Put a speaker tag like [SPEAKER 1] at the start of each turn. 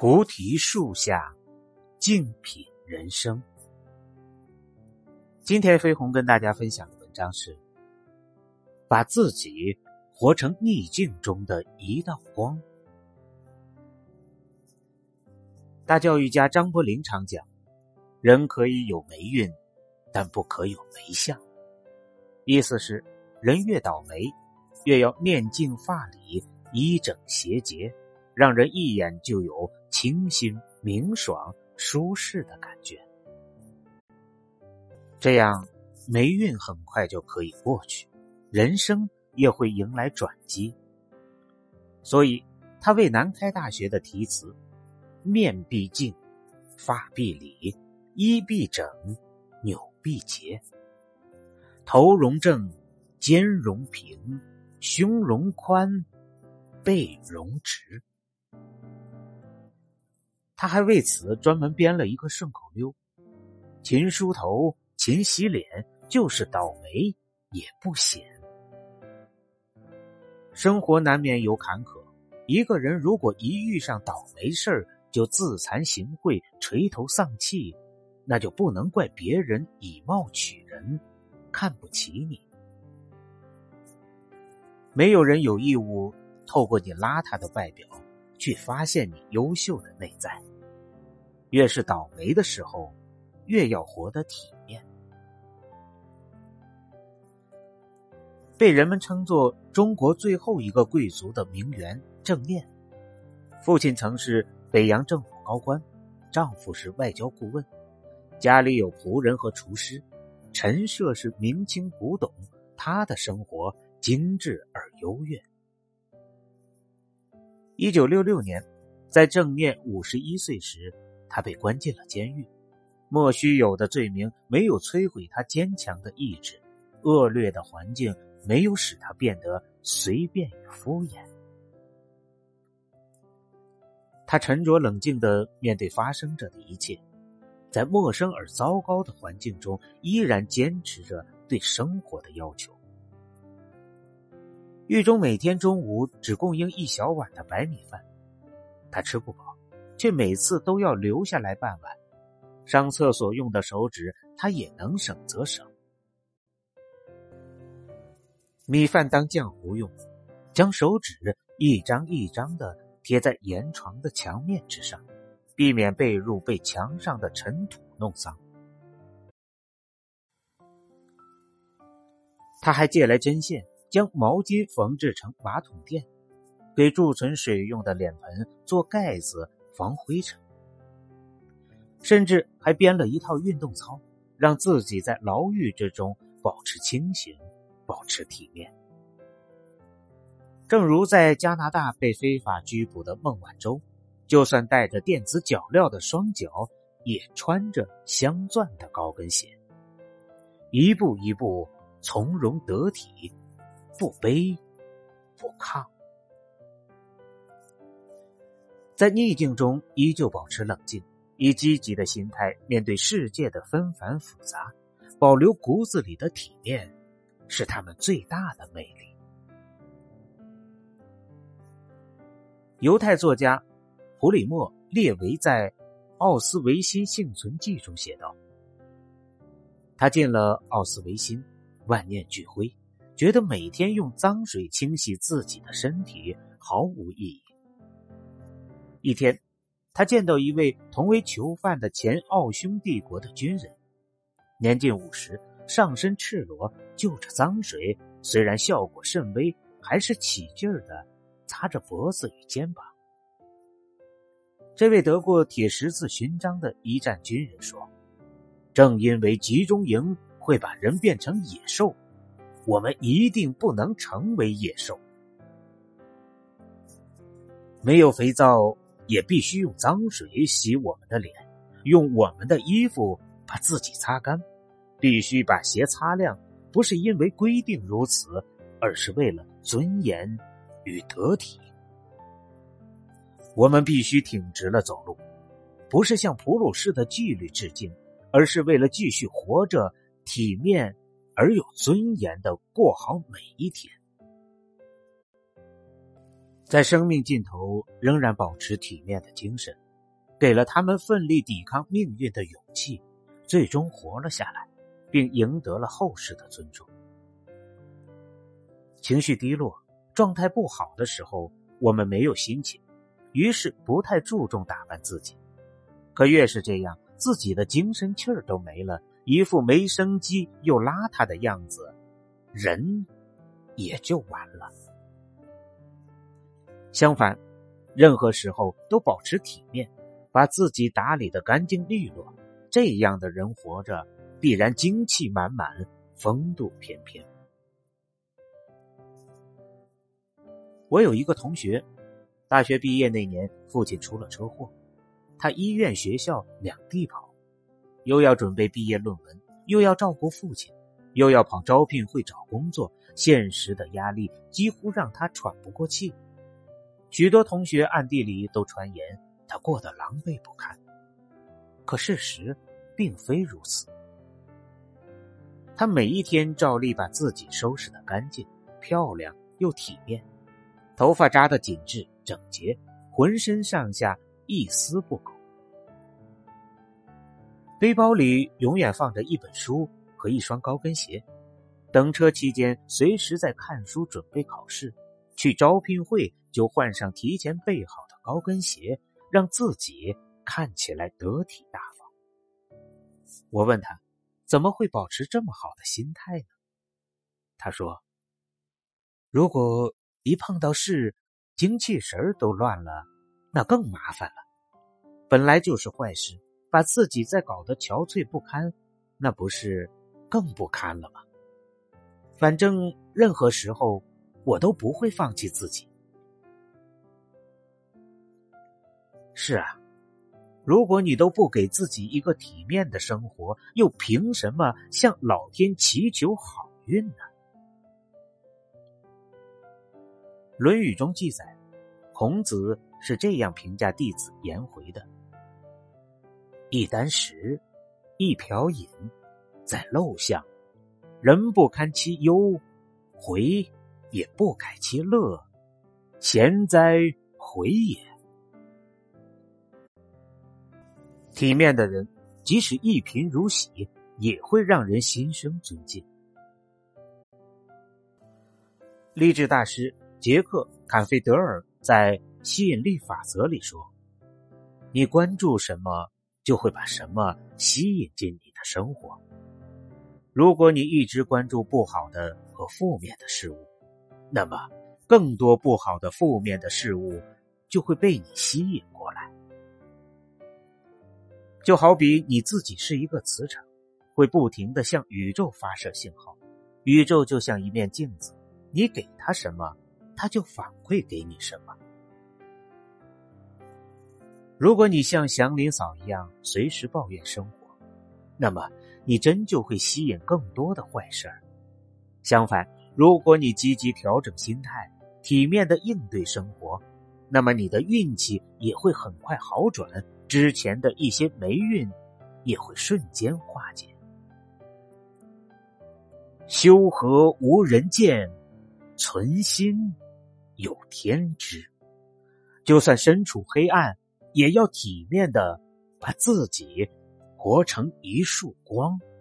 [SPEAKER 1] 菩提树下，静品人生。今天飞鸿跟大家分享的文章是：把自己活成逆境中的一道光。大教育家张伯苓常讲，人可以有霉运，但不可有霉相。意思是，人越倒霉，越要念净发理，衣整邪节，让人一眼就有清新、明爽、舒适的感觉。这样霉运很快就可以过去，人生也会迎来转机。所以他为南开大学的题词：面必净，发必理，衣必整，纽必结，头容正，肩容平，胸容宽，背容直。他还为此专门编了一个顺口溜：勤梳头，勤洗脸，就是倒霉也不显。生活难免有坎坷，一个人如果一遇上倒霉事儿就自惭形秽，垂头丧气，那就不能怪别人以貌取人，看不起你。没有人有义务透过你邋遢的外表去发现你优秀的内在。越是倒霉的时候，越要活得体面。被人们称作中国最后一个贵族的名媛郑念，父亲曾是北洋政府高官，丈夫是外交顾问，家里有仆人和厨师，陈设是明清古董，他的生活精致而优越。1966年，在郑念51岁时，他被关进了监狱。莫须有的罪名没有摧毁他坚强的意志，恶劣的环境没有使他变得随便与敷衍。他沉着冷静地面对发生着的一切，在陌生而糟糕的环境中依然坚持着对生活的要求。狱中每天中午只供应一小碗的白米饭，他吃不饱，却每次都要留下来半碗。上厕所用的手纸他也能省则省。米饭当浆糊用，将手纸一张一张地贴在沿床的墙面之上，避免被褥被墙上的尘土弄脏。他还借来针线，将毛巾缝制成马桶垫，给贮存水用的脸盆做盖子防灰尘，甚至还编了一套运动操，让自己在牢狱之中保持清醒，保持体面。正如在加拿大被非法拘捕的孟晚舟，就算带着电子脚镣的双脚，也穿着镶钻的高跟鞋，一步一步从容得体，不卑不亢。在逆境中依旧保持冷静，以积极的心态面对世界的纷繁复杂，保留骨子里的体面，是他们最大的魅力。犹太作家普里莫·列维在《奥斯维辛幸存记》中写道，他进了奥斯维辛，万念俱灰，觉得每天用脏水清洗自己的身体毫无意义。一天，他见到一位同为囚犯的前奥匈帝国的军人，年近50，上身赤裸，就着脏水，虽然效果甚微，还是起劲儿地擦着脖子与肩膀。这位得过铁十字勋章的一战军人说，正因为集中营会把人变成野兽，我们一定不能成为野兽。没有肥皂，也必须用脏水洗我们的脸，用我们的衣服把自己擦干，必须把鞋擦亮，不是因为规定如此，而是为了尊严与得体。我们必须挺直了走路，不是向普鲁士的纪律致敬，而是为了继续活着，体面而有尊严地过好每一天。在生命尽头仍然保持体面的精神， 给了他们奋力抵抗命运的勇气，最终活了下来，并赢得了后世的尊重。情绪低落，状态不好的时候，我们没有心情，于是不太注重打扮自己。可越是这样，自己的精神气儿都没了，一副没生机又邋遢的样子，人也就完了。相反，任何时候都保持体面，把自己打理得干净利落，这样的人活着必然精气满满，风度翩翩。我有一个同学，大学毕业那年，父亲出了车祸，他医院学校两地跑，又要准备毕业论文，又要照顾父亲，又要跑招聘会找工作，现实的压力几乎让他喘不过气。许多同学暗地里都传言他过得狼狈不堪，可事实并非如此。他每一天照例把自己收拾得干净、漂亮又体面，头发扎得紧致整洁，浑身上下一丝不苟。背包里永远放着一本书和一双高跟鞋，等车期间随时在看书准备考试，去招聘会就换上提前备好的高跟鞋，让自己看起来得体大方。我问他怎么会保持这么好的心态呢？他说，如果一碰到事精气神都乱了，那更麻烦了。本来就是坏事，把自己再搞得憔悴不堪，那不是更不堪了吗？反正任何时候我都不会放弃自己。是啊，如果你都不给自己一个体面的生活，又凭什么向老天祈求好运呢？《论语》中记载，孔子是这样评价弟子颜回的：一箪食，一瓢饮，在陋巷，人不堪其忧，回也不改其乐，贤哉回也。体面的人，即使一贫如洗，也会让人心生尊敬。励志大师杰克·坎菲德尔在《吸引力法则》里说，你关注什么，就会把什么吸引进你的生活。如果你一直关注不好的和负面的事物，那么更多不好的负面的事物就会被你吸引过来。就好比你自己是一个磁场，会不停地向宇宙发射信号，宇宙就像一面镜子，你给它什么，它就反馈给你什么。如果你像祥林嫂一样随时抱怨生活，那么你真就会吸引更多的坏事儿。相反，如果你积极调整心态，体面地应对生活，那么你的运气也会很快好转，之前的一些霉运也会瞬间化解。修和无人见，存心有天知。就算身处黑暗，也要体面地把自己活成一束光。